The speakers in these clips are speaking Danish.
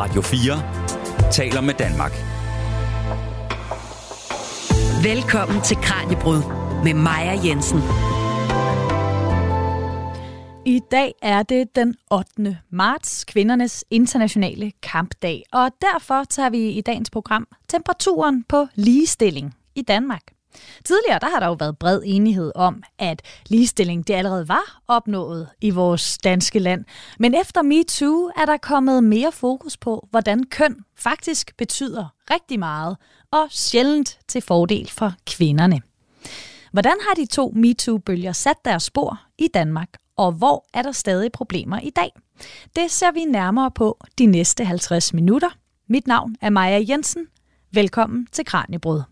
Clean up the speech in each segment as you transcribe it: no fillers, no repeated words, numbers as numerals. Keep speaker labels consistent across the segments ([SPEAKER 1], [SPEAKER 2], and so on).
[SPEAKER 1] Radio 4 taler med Danmark.
[SPEAKER 2] Velkommen til Kraniebrud med Maja Jensen.
[SPEAKER 3] I dag er det den 8. marts, kvindernes internationale kampdag, og derfor tager vi i dagens program temperaturen på ligestilling i Danmark. Tidligere der har der jo været bred enighed om, at ligestilling det allerede var opnået i vores danske land. Men efter MeToo er der kommet mere fokus på, hvordan køn faktisk betyder rigtig meget, og sjældent til fordel for kvinderne. Hvordan har de to MeToo-bølger sat deres spor i Danmark, og hvor er der stadig problemer i dag? Det ser vi nærmere på de næste 50 minutter. Mit navn er Maja Jensen. Velkommen til Kraniebrud.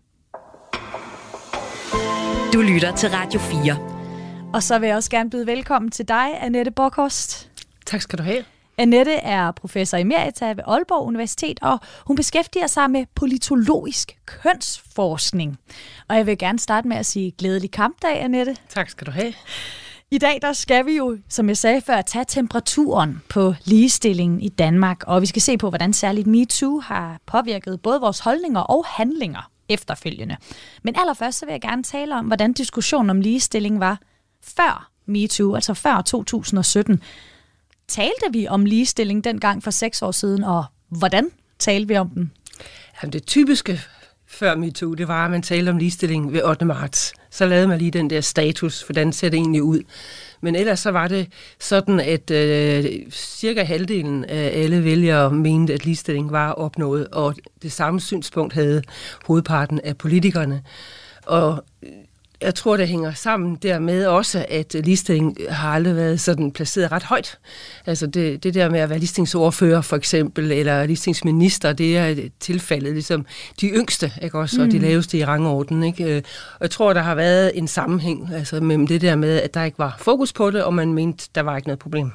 [SPEAKER 2] Du lytter til Radio 4.
[SPEAKER 3] Og så vil jeg også gerne byde velkommen til dig, Annette Borkhorst.
[SPEAKER 4] Tak skal du have.
[SPEAKER 3] Annette er professor emerita ved Aalborg Universitet, og hun beskæftiger sig med politologisk kønsforskning. Og jeg vil gerne starte med at sige glædelig kampdag, Annette.
[SPEAKER 4] Tak skal du have.
[SPEAKER 3] I dag der skal vi jo, som jeg sagde før, tage temperaturen på ligestillingen i Danmark, og vi skal se på, hvordan særligt MeToo har påvirket både vores holdninger og handlinger efterfølgende. Men allerførst så vil jeg gerne tale om, hvordan diskussionen om ligestilling var før MeToo, altså før 2017. Talte vi om ligestilling dengang for 6 år siden, og hvordan talte vi om den?
[SPEAKER 4] Jamen, det typiske før MeToo, det var, at man talte om ligestilling ved 8. marts. Så lavede man lige den der status, hvordan ser det egentlig ud. Men ellers så var det sådan, at cirka halvdelen af alle vælgere mente, at ligestilling var opnået, og det samme synspunkt havde hovedparten af politikerne. Og jeg tror, det hænger sammen dermed også, at ligestilling har aldrig været sådan placeret ret højt. Altså det der med at være ligestillingsordfører for eksempel, eller ligestillingsminister, det er tilfældet ligesom de yngste, ikke også, og de laveste i rangorden, ikke? Og jeg tror, der har været en sammenhæng altså mellem det der med, at der ikke var fokus på det, og man mente, der var ikke noget problem.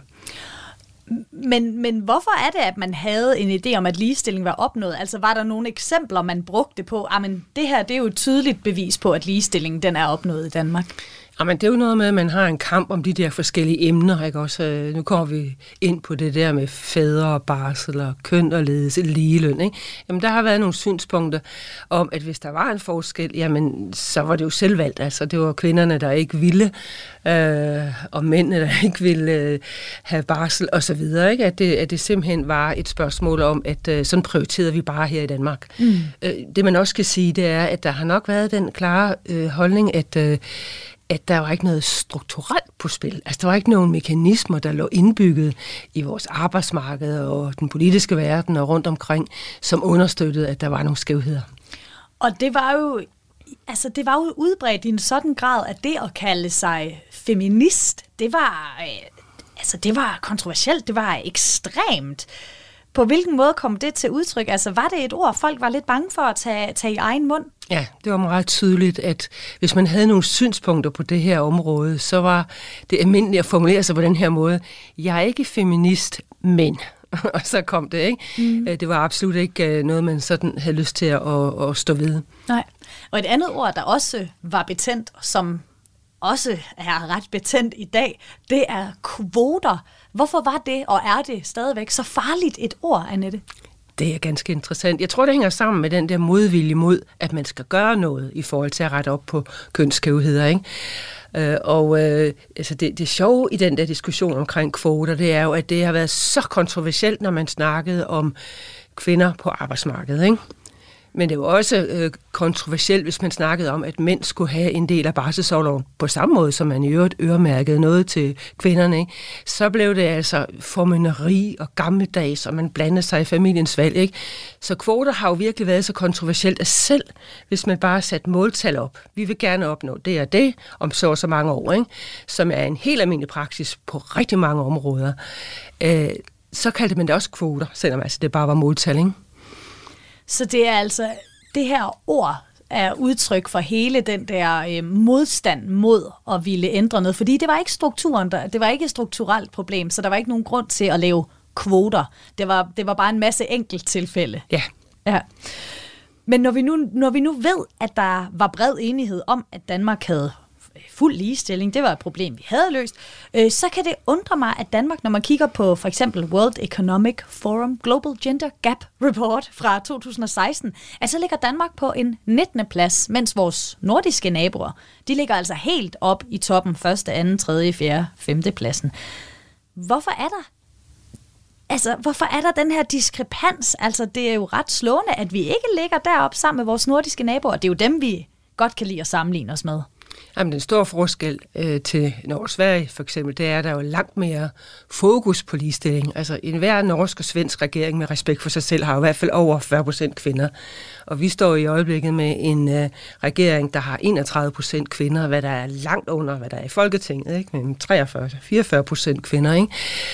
[SPEAKER 3] Men hvorfor er det, at man havde en idé om, at ligestilling var opnået? Altså var der nogle eksempler, man brugte på, men det her det er jo et tydeligt bevis på, at ligestillingen den er opnået i Danmark?
[SPEAKER 4] Jamen, det er jo noget med, at man har en kamp om de der forskellige emner, ikke også? Nu kommer vi ind på det der med fædre og barsel og køn og ledelse, ligeløn, ikke? Jamen, der har været nogle synspunkter om, at hvis der var en forskel, jamen, så var det jo selvvalgt. Altså, det var kvinderne, der ikke ville, og mændene, der ikke ville have barsel og så videre, ikke? At det simpelthen var et spørgsmål om, at sådan prioriterede vi bare her i Danmark. Det man også skal sige, det er, at der har nok været den klare holdning, at der var ikke noget strukturelt på spil. Altså, der var ikke nogen mekanismer, der lå indbygget i vores arbejdsmarked og den politiske verden og rundt omkring, som understøttede, at der var nogle skævheder.
[SPEAKER 3] Og det var jo udbredt i en sådan grad, at det at kalde sig feminist, det var kontroversielt, det var ekstremt. På hvilken måde kom det til udtryk? Altså, var det et ord, folk var lidt bange for at tage i egen mund?
[SPEAKER 4] Ja, det var meget tydeligt, at hvis man havde nogle synspunkter på det her område, så var det almindeligt at formulere sig på den her måde. Jeg er ikke feminist, men... Og så kom det, ikke? Det var absolut ikke noget, man sådan havde lyst til at stå ved.
[SPEAKER 3] Nej. Og et andet ord, der også var betændt, som også er ret betændt i dag, det er kvoter. Hvorfor var det, og er det stadigvæk så farligt et ord, Annette?
[SPEAKER 4] Det er ganske interessant. Jeg tror, det hænger sammen med den der modvilje mod, at man skal gøre noget i forhold til at rette op på kønsskævheder, ikke? Altså det sjove i den der diskussion omkring kvoter, det er jo, at det har været så kontroversielt, når man snakkede om kvinder på arbejdsmarkedet, ikke? Men det var også kontroversielt, hvis man snakkede om, at mænd skulle have en del af barselsorloven på samme måde, som man i øvrigt øremærkede noget til kvinderne, ikke? Så blev det altså formynderi og gammeldags, og man blandede sig i familiens valg, ikke? Så kvoter har jo virkelig været så kontroversielt, at selv hvis man bare satte måltal op, vi vil gerne opnå det og det om så mange år, ikke? Som er en helt almindelig praksis på rigtig mange områder, så kaldte man det også kvoter, selvom altså det bare var måltal, ikke?
[SPEAKER 3] Så det er altså, det her ord er udtryk for hele den der modstand mod at ville ændre noget, fordi det var ikke strukturen, det var ikke et strukturelt problem, så der var ikke nogen grund til at lave kvoter. Det var bare en masse enkelttilfælde. Ja. Men når vi nu ved, at der var bred enighed om, at Danmark havde fuld ligestilling, det var et problem, vi havde løst, så kan det undre mig, at Danmark, når man kigger på for eksempel World Economic Forum Global Gender Gap Report fra 2016, at så ligger Danmark på en 19. plads, mens vores nordiske naboer, de ligger altså helt op i toppen, 1., 2., 3., 4., 5. pladsen. Hvorfor er der den her diskrepans? Altså, det er jo ret slående, at vi ikke ligger deroppe sammen med vores nordiske naboer. Det er jo dem, vi godt kan lide at sammenligne os med.
[SPEAKER 4] Jamen, den store forskel til Norge og Sverige, for eksempel, det er, at der er jo langt mere fokus på ligestilling. Altså, enhver norsk og svensk regering med respekt for sig selv har jo i hvert fald over 40% kvinder. Og vi står i øjeblikket med en regering, der har 31% kvinder, hvad der er langt under, hvad der er i Folketinget, ikke? Med 43-44% kvinder, ikke?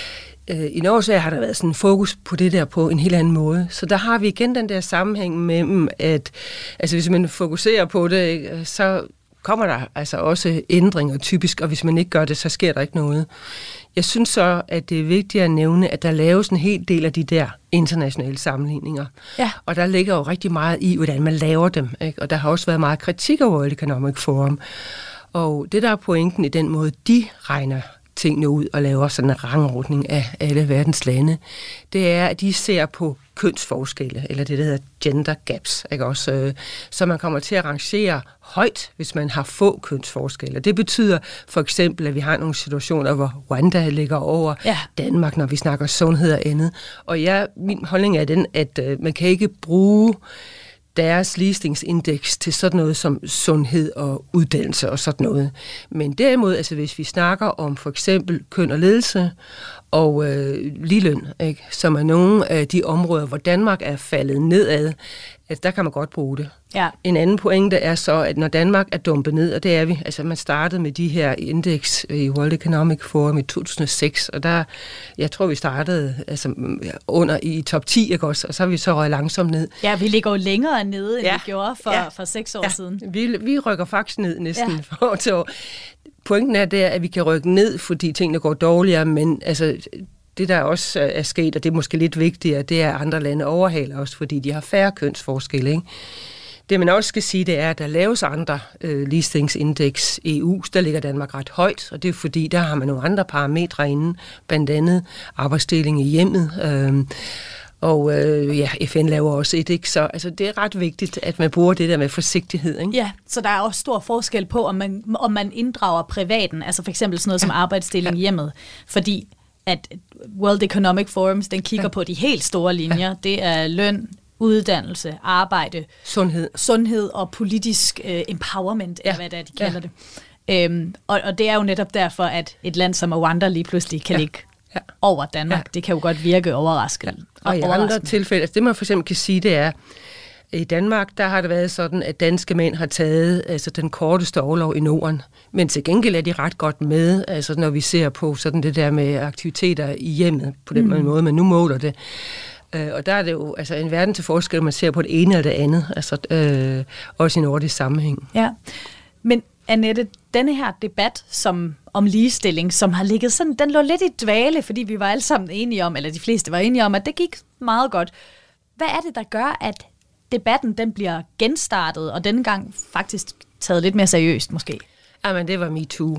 [SPEAKER 4] I Norge har der været sådan en fokus på det der på en helt anden måde. Så der har vi igen den der sammenhæng mellem, at altså, hvis man fokuserer på det, så kommer der altså også ændringer typisk, og hvis man ikke gør det, så sker der ikke noget. Jeg synes så, at det er vigtigt at nævne, at der laves en hel del af de der internationale sammenligninger. Ja. Og der ligger jo rigtig meget i, hvordan man laver dem, ikke? Og der har også været meget kritik af World Economic Forum. Og det der er pointen i den måde, de regner tingene ud og laver sådan en rangordning af alle verdens lande, det er, at de ser på kønsforskelle, eller det, der hedder gender gaps, ikke også? Så man kommer til at rangere højt, hvis man har få kønsforskelle. Det betyder for eksempel, at vi har nogle situationer, hvor Rwanda ligger over Danmark, når vi snakker sundhed og andet. Og min holdning er den, at man kan ikke bruge deres ligestillingsindeks til sådan noget som sundhed og uddannelse og sådan noget. Men derimod, altså hvis vi snakker om for eksempel køn og ledelse og ligeløn, ikke, som er nogle af de områder, hvor Danmark er faldet nedad, at der kan man godt bruge det. Ja. En anden pointe er så, at når Danmark er dumpet ned, og det er vi, altså man startede med de her indeks i World Economic Forum i 2006, og der, jeg tror vi startede altså, under i top 10, ikke også, og så har vi så røget langsomt ned.
[SPEAKER 3] Ja, vi ligger jo længere nede, end vi gjorde for 6 år siden.
[SPEAKER 4] Vi rykker faktisk ned næsten for år til år. Pointen er der, at vi kan rykke ned, fordi tingene går dårligere, men altså det, der også er sket, og det er måske lidt vigtigere, det er, at andre lande overhaler os, fordi de har færre kønsforskelle, ikke? Det, man også skal sige, det er, at der laves andre ligestillingsindeks EU's, der ligger Danmark ret højt, og det er fordi, der har man nogle andre parametre inde, blandt andet arbejdsdeling i hjemmet, og FN laver også et, ikke? Så altså, det er ret vigtigt, at man bruger det der med forsigtighed, ikke?
[SPEAKER 3] Ja, så der er også stor forskel på, om man inddrager privaten, altså for eksempel sådan noget som arbejdsdeling i hjemmet, fordi at World Economic Forums, den kigger på de helt store linjer. Ja. Det er løn, uddannelse, arbejde, sundhed og politisk empowerment, eller hvad det er, de kalder det. Og det er jo netop derfor, at et land som Rwanda lige pludselig kan ligge over Danmark. Ja. Det kan jo godt virke overraskende. Ja.
[SPEAKER 4] Og i andre tilfælde, altså det man for eksempel kan sige, det er, i Danmark, der har det været sådan, at danske mænd har taget altså, den korteste orlov i Norden, men til gengæld er de ret godt med, altså, når vi ser på sådan det der med aktiviteter i hjemmet, på den måde, man nu måler det. Og der er det jo altså, en verden til forskel, man ser på det ene eller det andet, altså, også i nordisk sammenhæng.
[SPEAKER 3] Ja, men Annette, denne her debat om ligestilling, som har ligget sådan, den lå lidt i dvale, fordi vi var alle sammen enige om, eller de fleste var enige om, at det gik meget godt. Hvad er det, der gør, at debatten den bliver genstartet, og denne gang faktisk taget lidt mere seriøst måske?
[SPEAKER 4] Jamen, det var MeToo.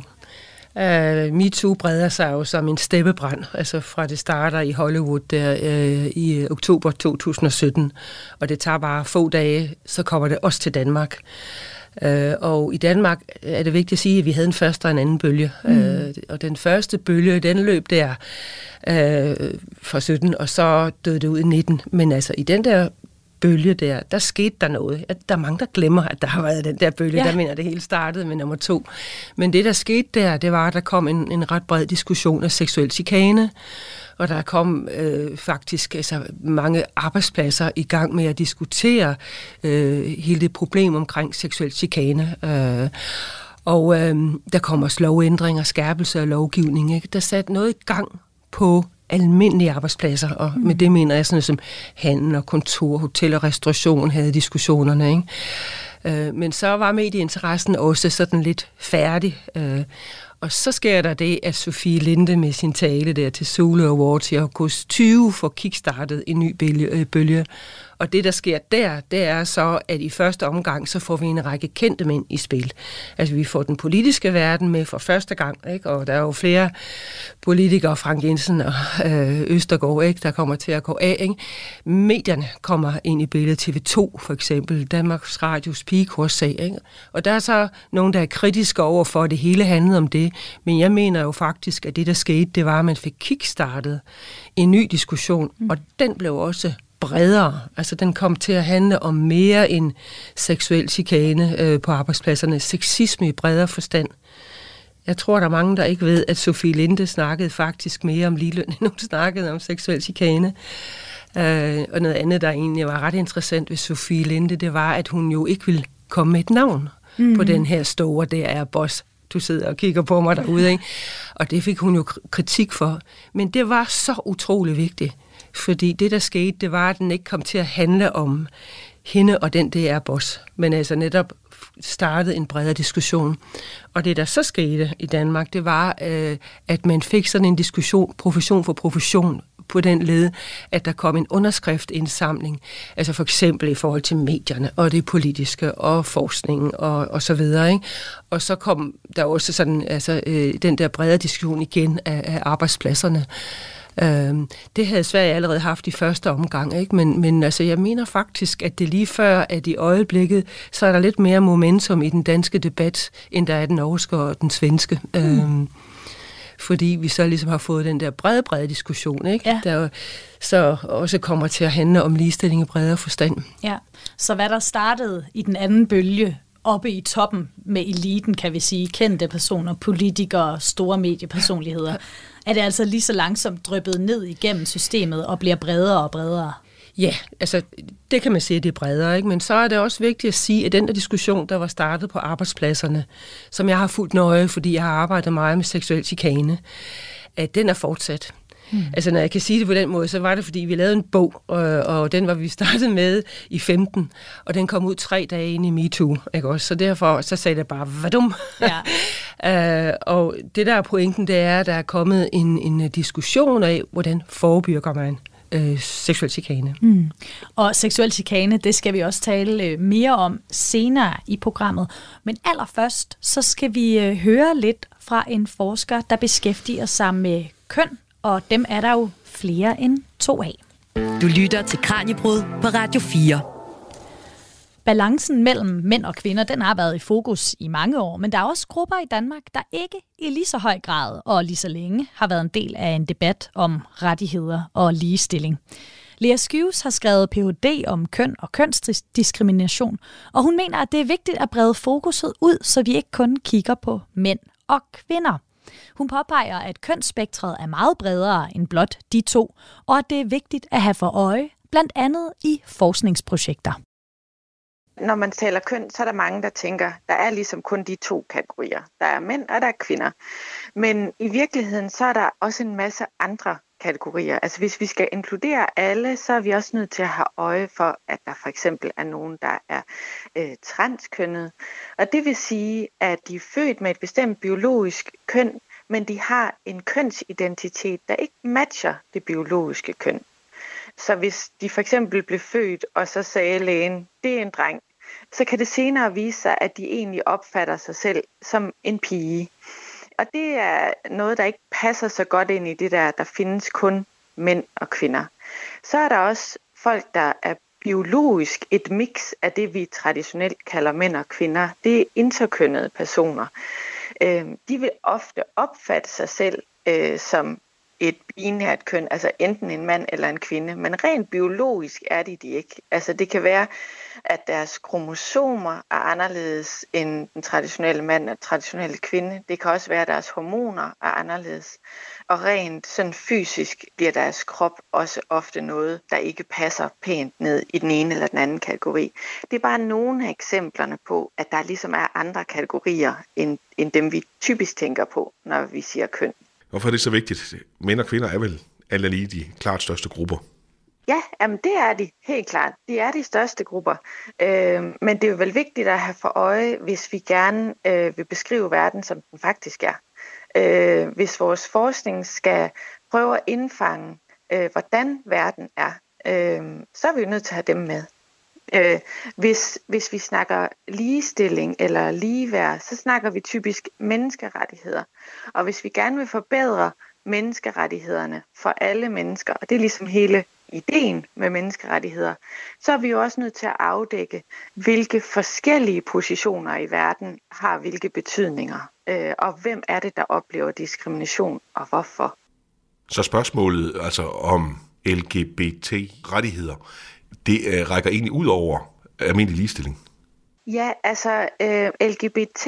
[SPEAKER 4] MeToo breder sig jo som en steppebrand, altså fra det starter i Hollywood der i oktober 2017, og det tager bare få dage, så kommer det også til Danmark. Og i Danmark er det vigtigt at sige, at vi havde en første og en anden bølge. Og den første bølge, den løb der fra 17, og så døde det ud i 19. Men altså i den der bølge der skete der noget. Der er mange, der glemmer, at der har været den der bølge. Der mener det hele startede med nummer 2. Men det, der skete der, det var, at der kom en ret bred diskussion af seksuel chikane, og der kom faktisk altså, mange arbejdspladser i gang med at diskutere hele det problem omkring seksuel chikane. Og der kom også lovændringer, skærpelse af lovgivning. Ikke? Der satte noget i gang på almindelige arbejdspladser, og med det mener jeg sådan noget som handel og kontor, hotel og restauration havde diskussionerne, ikke? Men så var medieinteressen også sådan lidt færdig, og så sker der det, at Sofie Linde med sin tale der til Zulu Awards i august 20 får kickstartet en ny bølge, Og det, der sker der, det er så, at i første omgang, så får vi en række kendte mænd i spil. Altså, vi får den politiske verden med for første gang, ikke? Og der er jo flere politikere, Frank Jensen og Østergaard, ikke? Der kommer til at gå af, ikke? Medierne kommer ind i billedet, TV2 for eksempel, Danmarks Radios pigekurssag, ikke? Og der er så nogen, der er kritiske over for, at det hele handlede om det, men jeg mener jo faktisk, at det, der skete, det var, at man fik kickstartet en ny diskussion, og den blev også bredere. Altså, den kom til at handle om mere end seksuel chikane på arbejdspladserne. Sexisme i bredere forstand. Jeg tror, der er mange, der ikke ved, at Sofie Linde snakkede faktisk mere om ligeløn, end hun snakkede om seksuel chikane. Og noget andet, der egentlig var ret interessant ved Sofie Linde, det var, at hun jo ikke ville komme med et navn på den her store, der er boss. Du sidder og kigger på mig derude, ikke? Og det fik hun jo kritik for. Men det var så utrolig vigtigt, fordi det, der skete, det var, at den ikke kom til at handle om hende og den DR-boss, men altså netop startede en bredere diskussion. Og det, der så skete i Danmark, det var, at man fik sådan en diskussion, profession for profession, på den led, at der kom en underskriftindsamling, altså for eksempel i forhold til medierne, og det politiske, og forskningen, og så videre, ikke? Og så kom der også sådan, altså den der bredere diskussion igen af arbejdspladserne. Det havde Sverige allerede haft i første omgang, ikke? Men altså, jeg mener faktisk, at det lige før, at i øjeblikket, så er der lidt mere momentum i den danske debat, end der er den norske og den svenske. Fordi vi så ligesom har fået den der brede diskussion, ikke? Ja. Der så også kommer til at handle om ligestilling i bredere forstand.
[SPEAKER 3] Ja, så hvad der startede i den anden bølge, oppe i toppen med eliten, kan vi sige, kendte personer, politikere, store mediepersonligheder, er det altså lige så langsomt dryppet ned igennem systemet og bliver bredere og bredere?
[SPEAKER 4] Ja, altså det kan man sige, at det er bredere, ikke? Men så er det også vigtigt at sige, at den der diskussion, der var startet på arbejdspladserne, som jeg har fulgt nøje, fordi jeg har arbejdet meget med seksuel chikane, at den er fortsat. Altså når jeg kan sige det på den måde, så var det, fordi vi lavede en bog, og den var vi startet med i 15, og den kom ud 3 dage ind i MeToo, ikke også? Så derfor så sagde det bare, hvad dum? Ja. Og det der er pointen, det er, at der er kommet en diskussion af, hvordan forebygger man seksuel chikane.
[SPEAKER 3] Og seksuel chikane, det skal vi også tale mere om senere i programmet. Men allerførst, så skal vi høre lidt fra en forsker, der beskæftiger sig med køn, og dem er der jo flere end 2 af.
[SPEAKER 2] Du lytter til Kraniebrud på Radio 4.
[SPEAKER 3] Balancen mellem mænd og kvinder, den har været i fokus i mange år, men der er også grupper i Danmark, der ikke i lige så høj grad og lige så længe har været en del af en debat om rettigheder og ligestilling. Lea Skyves har skrevet Ph.D. om køn og kønsdiskrimination, og hun mener, at det er vigtigt at brede fokuset ud, så vi ikke kun kigger på mænd og kvinder. Hun påpeger, at kønsspektret er meget bredere end blot de to, og at det er vigtigt at have for øje, blandt andet i forskningsprojekter.
[SPEAKER 5] Når man taler køn, så er der mange, der tænker, der er ligesom kun de 2 kategorier. Der er mænd, og der er kvinder. Men i virkeligheden, så er der også en masse andre kategorier. Altså hvis vi skal inkludere alle, så er vi også nødt til at have øje for, at der for eksempel er nogen, der er transkønnet. Og det vil sige, at de er født med et bestemt biologisk køn, men de har en kønsidentitet, der ikke matcher det biologiske køn. Så hvis de for eksempel blev født, og så sagde lægen, det er en dreng, så kan det senere vise sig, at de egentlig opfatter sig selv som en pige. Og det er noget, der ikke passer så godt ind i det der findes kun mænd og kvinder. Så er der også folk, der er biologisk et mix af det, vi traditionelt kalder mænd og kvinder. Det er interkønnede personer. De vil ofte opfatte sig selv som et binært køn, altså enten en mand eller en kvinde, men rent biologisk er de ikke. Altså det kan være, at deres kromosomer er anderledes end den traditionelle mand og traditionelle kvinde. Det kan også være, at deres hormoner er anderledes. Og rent sådan fysisk bliver deres krop også ofte noget, der ikke passer pænt ned i den ene eller den anden kategori. Det er bare nogle af eksemplerne på, at der ligesom er andre kategorier end dem, vi typisk tænker på, når vi siger køn.
[SPEAKER 6] Hvorfor er det så vigtigt? Mænd og kvinder er vel alle lige de klart største grupper?
[SPEAKER 5] Ja, jamen det er de, helt klart. De er de største grupper. Men det er jo vel vigtigt at have for øje, hvis vi gerne vil beskrive verden, som den faktisk er. Hvis vores forskning skal prøve at indfange, hvordan verden er, så er vi jo nødt til at have dem med. Hvis vi snakker ligestilling eller ligeværd, så snakker vi typisk menneskerettigheder. Og hvis vi gerne vil forbedre menneskerettighederne for alle mennesker, og det er ligesom hele ideen med menneskerettigheder, så er vi jo også nødt til at afdække, hvilke forskellige positioner i verden har hvilke betydninger, og hvem er det, der oplever diskrimination, og hvorfor.
[SPEAKER 6] Så spørgsmålet altså om LGBT-rettigheder, det rækker egentlig ud over almindelig ligestilling?
[SPEAKER 5] Ja, altså LGBT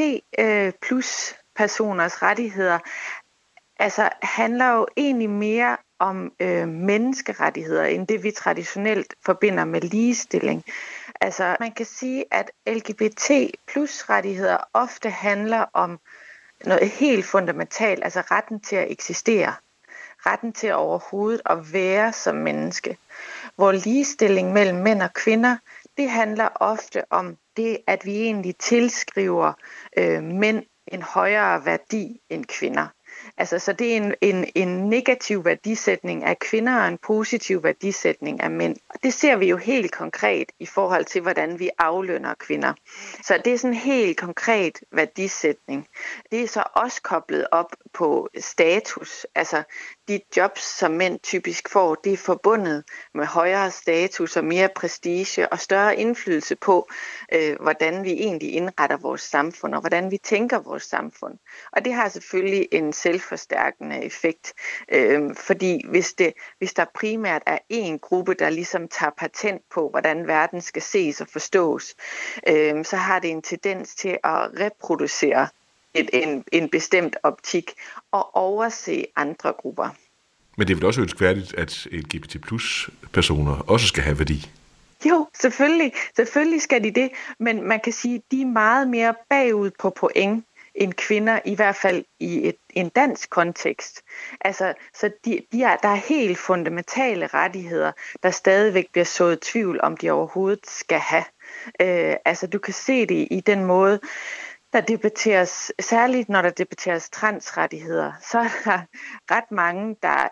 [SPEAKER 5] plus personers rettigheder altså handler jo egentlig mere om menneskerettigheder, end det vi traditionelt forbinder med ligestilling. Altså man kan sige, at LGBT plus rettigheder ofte handler om noget helt fundamentalt, altså retten til at eksistere. Retten til overhovedet at være som menneske. Hvor ligestilling mellem mænd og kvinder, det handler ofte om det, at vi egentlig tilskriver mænd en højere værdi end kvinder. Altså, så det er en negativ værdisætning af kvinder og en positiv værdisætning af mænd. Og det ser vi jo helt konkret i forhold til, hvordan vi aflønner kvinder. Så det er sådan en helt konkret værdisætning. Det er så også koblet op på status. Altså, de jobs, som mænd typisk får, det er forbundet med højere status og mere prestige og større indflydelse på, hvordan vi egentlig indretter vores samfund og hvordan vi tænker vores samfund. Og det har selvfølgelig en selvforstærkende effekt, fordi hvis der primært er en gruppe, der ligesom tager patent på, hvordan verden skal ses og forstås, så har det en tendens til at reproducere en bestemt optik og overse andre grupper.
[SPEAKER 6] Men det er vel også ønskværdigt, at LGBT plus personer også skal have værdi?
[SPEAKER 5] Jo, selvfølgelig skal de det, men man kan sige, at de er meget mere bagud på point end kvinder, i hvert fald i en dansk kontekst. Altså, så der er helt fundamentale rettigheder, der stadigvæk bliver sået tvivl, om de overhovedet skal have. Altså, du kan se det i den måde, der debatteres, særligt når der debatteres transrettigheder, så er der ret mange, der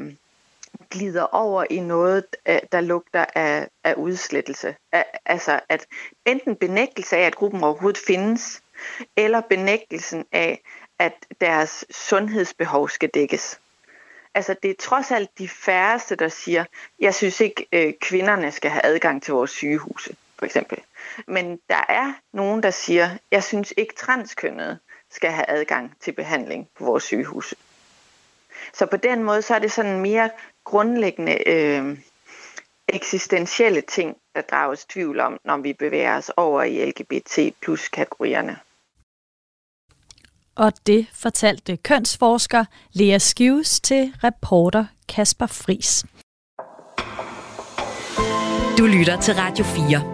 [SPEAKER 5] glider over i noget, der lugter af udslettelse. Altså at enten benægtelse af, at gruppen overhovedet findes, eller benægtelsen af, at deres sundhedsbehov skal dækkes. Altså det er trods alt de færreste, der siger, jeg synes ikke, kvinderne skal have adgang til vores sygehuse, for eksempel. Men der er nogen, der siger, jeg synes ikke transkønnede skal have adgang til behandling på vores sygehuse. Så på den måde, så er det sådan mere grundlæggende eksistentielle ting, der drages tvivl om, når vi bevæger os over i LGBT plus kategorierne.
[SPEAKER 3] Og det fortalte kønsforsker Lea Skewes til reporter Kasper Friis.
[SPEAKER 2] Du lytter til Radio 4.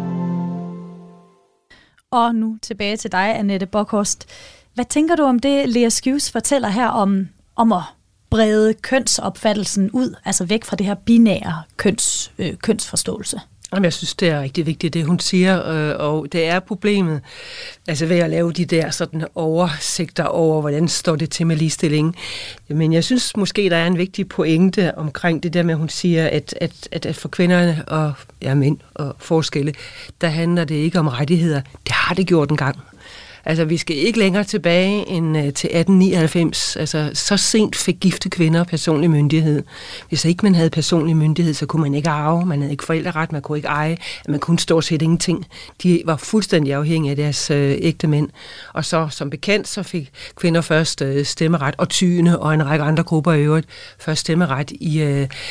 [SPEAKER 3] Og nu tilbage til dig, Annette Bockhorst. Hvad tænker du om det, Lea Skewes fortæller her om at brede kønsopfattelsen ud, altså væk fra det her binære kønsforståelse?
[SPEAKER 4] Jamen, jeg synes, det er rigtig vigtigt, det hun siger, og det er problemet, altså ved at lave de der sådan oversigter over, hvordan står det til med ligestilling. Men jeg synes måske, der er en vigtig pointe omkring det der med, at hun siger, at for kvinderne og mænd og forskelle, der handler det ikke om rettigheder. Det har det gjort engang. Altså, vi skal ikke længere tilbage end til 1899. Altså, så sent fik gifte kvinder personlig myndighed. Hvis ikke man havde personlig myndighed, så kunne man ikke arve, man havde ikke forældreret, man kunne ikke eje, man kunne stort set ingenting. De var fuldstændig afhængige af deres ægte mænd. Og så, som bekendt, så fik kvinder først stemmeret, og tyende og en række andre grupper i øvrigt først stemmeret i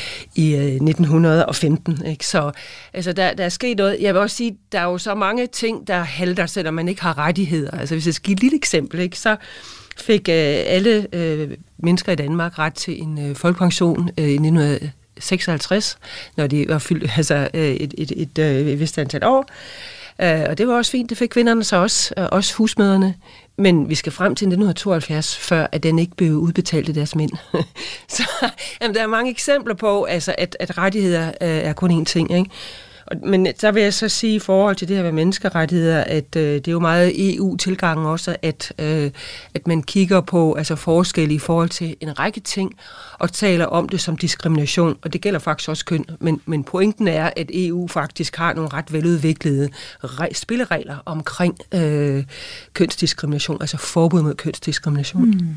[SPEAKER 4] 1915. Ikke? Så altså, der er sket noget. Jeg vil også sige, der er jo så mange ting, der halter, selvom man ikke har rettigheder. Altså hvis jeg skal give et lille eksempel, ikke, så fik alle mennesker i Danmark ret til en folkepension i 1956, når de var fyldt et vist antal år. Og det var også fint, det fik kvinderne så også husmødrene. Men vi skal frem til 1972, før at den ikke blev udbetalt til deres mænd. Så der er mange eksempler på, altså, at rettigheder er kun én ting, ikke? Men så vil jeg så sige i forhold til det her med menneskerettigheder, at det er jo meget EU-tilgang også, at man kigger på altså forskel i forhold til en række ting, og taler om det som diskrimination, og det gælder faktisk også køn. Men pointen er, at EU faktisk har nogle ret veludviklede spilleregler omkring kønsdiskrimination, altså forbud mod kønsdiskrimination.
[SPEAKER 2] Mm.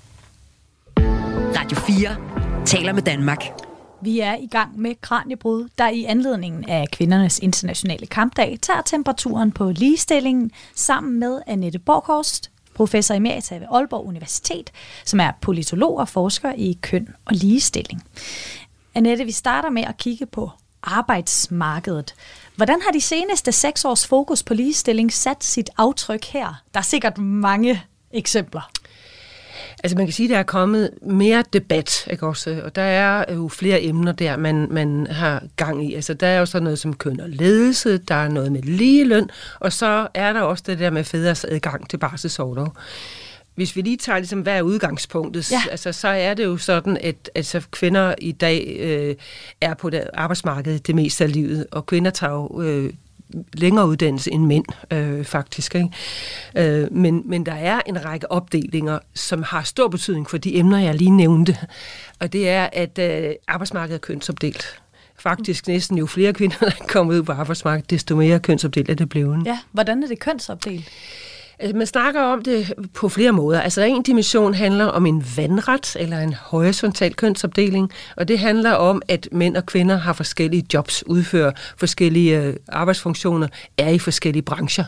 [SPEAKER 2] Radio 4 taler med Danmark.
[SPEAKER 3] Vi er i gang med Kraniebrud, der i anledningen af kvindernes internationale kampdag tager temperaturen på ligestillingen sammen med Annette Borghorst, professor emerita ved Aalborg Universitet, som er politolog og forsker i køn og ligestilling. Annette, vi starter med at kigge på arbejdsmarkedet. Hvordan har de seneste 6 års fokus på ligestilling sat sit aftryk her? Der er sikkert mange eksempler.
[SPEAKER 4] Altså man kan sige, at der er kommet mere debat, ikke også? Og der er jo flere emner der, man har gang i. Altså der er jo sådan noget som køn og ledelse, der er noget med ligeløn, og så er der også det der med fædres adgang til barselsorlov. Hvis vi lige tager ligesom, hvad er udgangspunktet, altså, så er det jo sådan, at altså, kvinder i dag er på det arbejdsmarked det meste af livet, og kvinder tager jo længere uddannelse end mænd, faktisk. Ikke? Men der er en række opdelinger, som har stor betydning for de emner, jeg lige nævnte. Og det er, at arbejdsmarkedet er kønsopdelt. Faktisk næsten jo flere kvinder, der er kommet ud på arbejdsmarkedet, desto mere kønsopdelt er det blevet.
[SPEAKER 3] Ja, hvordan er det kønsopdelt?
[SPEAKER 4] Man snakker om det på flere måder. Altså en dimension handler om en vandret eller en horisontal kønsopdeling, og det handler om, at mænd og kvinder har forskellige jobs, udfører forskellige arbejdsfunktioner, er i forskellige brancher.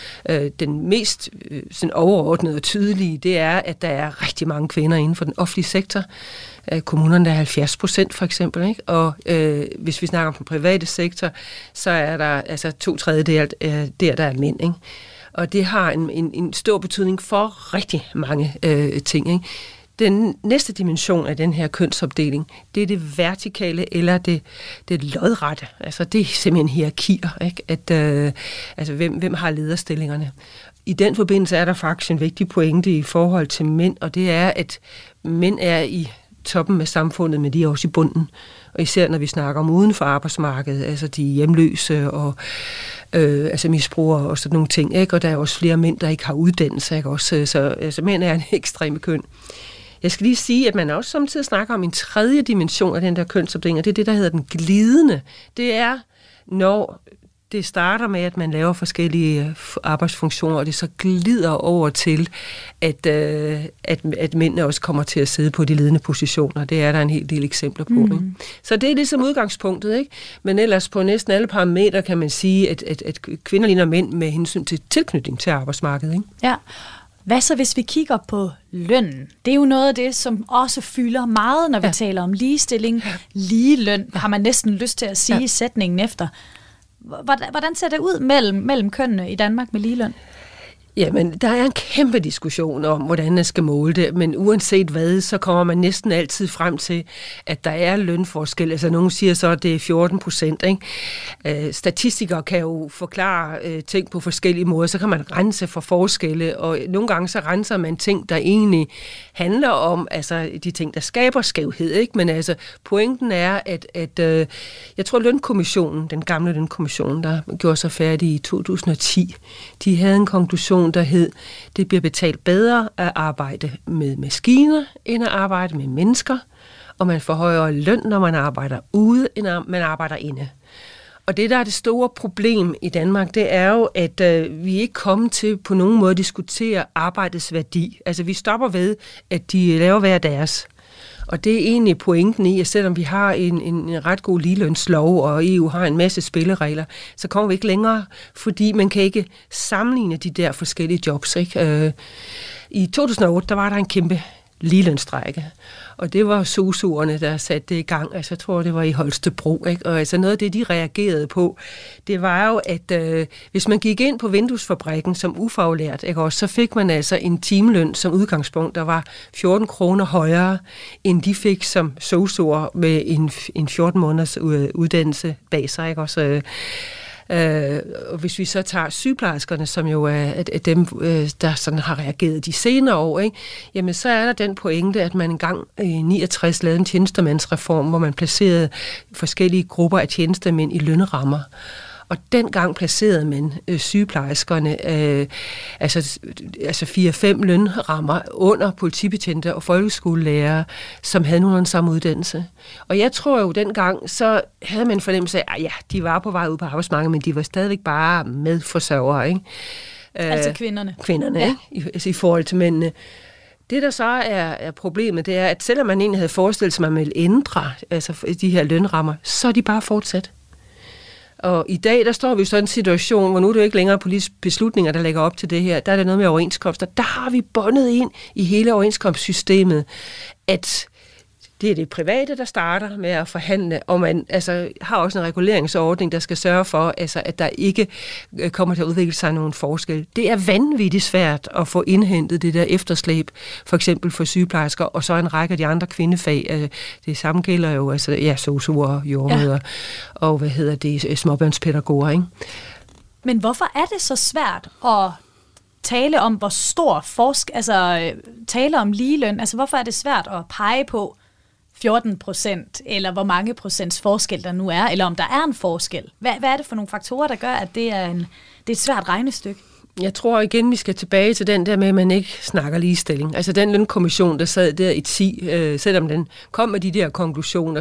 [SPEAKER 4] Den mest sådan overordnede og tydelige, det er, at der er rigtig mange kvinder inden for den offentlige sektor. Kommunerne er 70% for eksempel, ikke? Og hvis vi snakker om den private sektor, så er der altså 2/3 der er mænd, ikke? Og det har en stor betydning for rigtig mange ting. Ikke? Den næste dimension af den her kønsopdeling, det er det vertikale eller det lodrette. Altså det er simpelthen hierarkier, ikke? At, altså hvem har lederstillingerne. I den forbindelse er der faktisk en vigtig pointe i forhold til mænd, og det er, at mænd er i toppen af samfundet, men de er også i bunden. Og især når vi snakker om uden for arbejdsmarkedet, altså de hjemløse og altså misbrugere og sådan nogle ting, ikke? Og der er også flere mænd, der ikke har uddannelse, ikke? Også, så altså, mænd er en ekstreme køn. Jeg skal lige sige, at man også samtidig snakker om en tredje dimension af den der kønsopdeling, og det er det, der hedder den glidende. Det er, når det starter med, at man laver forskellige arbejdsfunktioner, og det så glider over til, at mændene også kommer til at sidde på de ledende positioner. Det er der en hel del eksempler på. Ikke? Så det er ligesom udgangspunktet, ikke? Men ellers på næsten alle parametre kan man sige, at kvinder ligner mænd med hensyn til tilknytning til arbejdsmarkedet. Ikke?
[SPEAKER 3] Ja. Hvad så, hvis vi kigger på lønnen? Det er jo noget af det, som også fylder meget, når vi taler om ligestilling. Ligeløn har man næsten lyst til at sige sætningen efter. Hvordan ser det ud mellem kønnene i Danmark med ligeløn?
[SPEAKER 4] Jamen, der er en kæmpe diskussion om, hvordan man skal måle det, men uanset hvad, så kommer man næsten altid frem til, at der er lønforskel. Altså, nogen siger så, at det er 14%, ikke? Statistikere kan jo forklare ting på forskellige måder, så kan man rense for forskelle, og nogle gange så renser man ting, der egentlig handler om, altså de ting, der skaber skævhed, ikke? Men altså, pointen er, at jeg tror, lønkommissionen, den gamle lønkommission, der gjorde sig færdig i 2010, de havde en konklusion, der hed, det bliver betalt bedre at arbejde med maskiner, end at arbejde med mennesker, og man får højere løn, når man arbejder ude, end når man arbejder inde. Og det, der er det store problem i Danmark, det er jo, at vi ikke kommet til på nogen måde at diskutere arbejdets værdi. Altså, vi stopper ved, at de laver hver deres. Og det er egentlig pointen i, at selvom vi har en ret god ligelønslov, og EU har en masse spilleregler, så kommer vi ikke længere, fordi man kan ikke sammenligne de der forskellige jobs. Ikke? I 2008, der var der en kæmpe ligelønsstrejke, og det var sosuerne, der satte det i gang. Altså, jeg tror, det var i Holstebro. Ikke? Og altså, noget af det, de reagerede på, det var jo, at hvis man gik ind på vinduesfabrikken som ufaglært, ikke? Også, så fik man altså en timeløn som udgangspunkt, der var 14 kroner højere, end de fik som sosuer med en 14 måneders uddannelse bag sig. Ikke? Også, Og hvis vi så tager sygeplejerskerne, som jo er dem, der sådan har reageret de senere år, ikke? Jamen så er der den pointe, at man engang i 69 lavede en tjenestemandsreform, hvor man placerede forskellige grupper af tjenestemænd i lønrammer. Og dengang placerede man sygeplejerskerne, altså 4-5 lønrammer under politibetjente og folkeskolelærere, som havde nogenlunde samme uddannelse. Og jeg tror jo, dengang, så havde man fornemmelse af, at de var på vej ud på arbejdsmarkedet, men de var stadigvæk bare medforsørgere, ikke?
[SPEAKER 3] Altså kvinderne.
[SPEAKER 4] Kvinderne, ja. Ikke? I forhold til mændene. Det, der så er problemet, det er, at selvom man egentlig havde forestillet sig, at man ville ændre altså de her lønrammer, så er de bare fortsat. Og i dag, der står vi i sådan en situation, hvor nu er det jo ikke længere politiske beslutninger, der lægger op til det her. Der er det noget med overenskomster. Der har vi bundet ind i hele overenskomstsystemet, at det er det private, der starter med at forhandle, og man altså, har også en reguleringsordning, der skal sørge for, altså, at der ikke kommer til at udvikle sig nogen forskel. Det er vanvittigt svært at få indhentet det der efterslæb, for eksempel for sygeplejersker, og så en række af de andre kvindefag. Det samme gælder jo, altså, sosuer, jordmøder, og småbørnspædagoger, ikke? Men hvorfor er det så svært at tale om, hvor stor tale om ligeløn? Altså, hvorfor er det svært at pege på 14%, eller hvor mange procents forskel der nu er, eller om der er en forskel? Hvad er det for nogle faktorer, der gør, at det er et svært regnestykke? Jeg tror igen, vi skal tilbage til den der med, at man ikke snakker ligestilling. Altså den lønkommission, der sad der i 10, selvom den kom med de der konklusioner,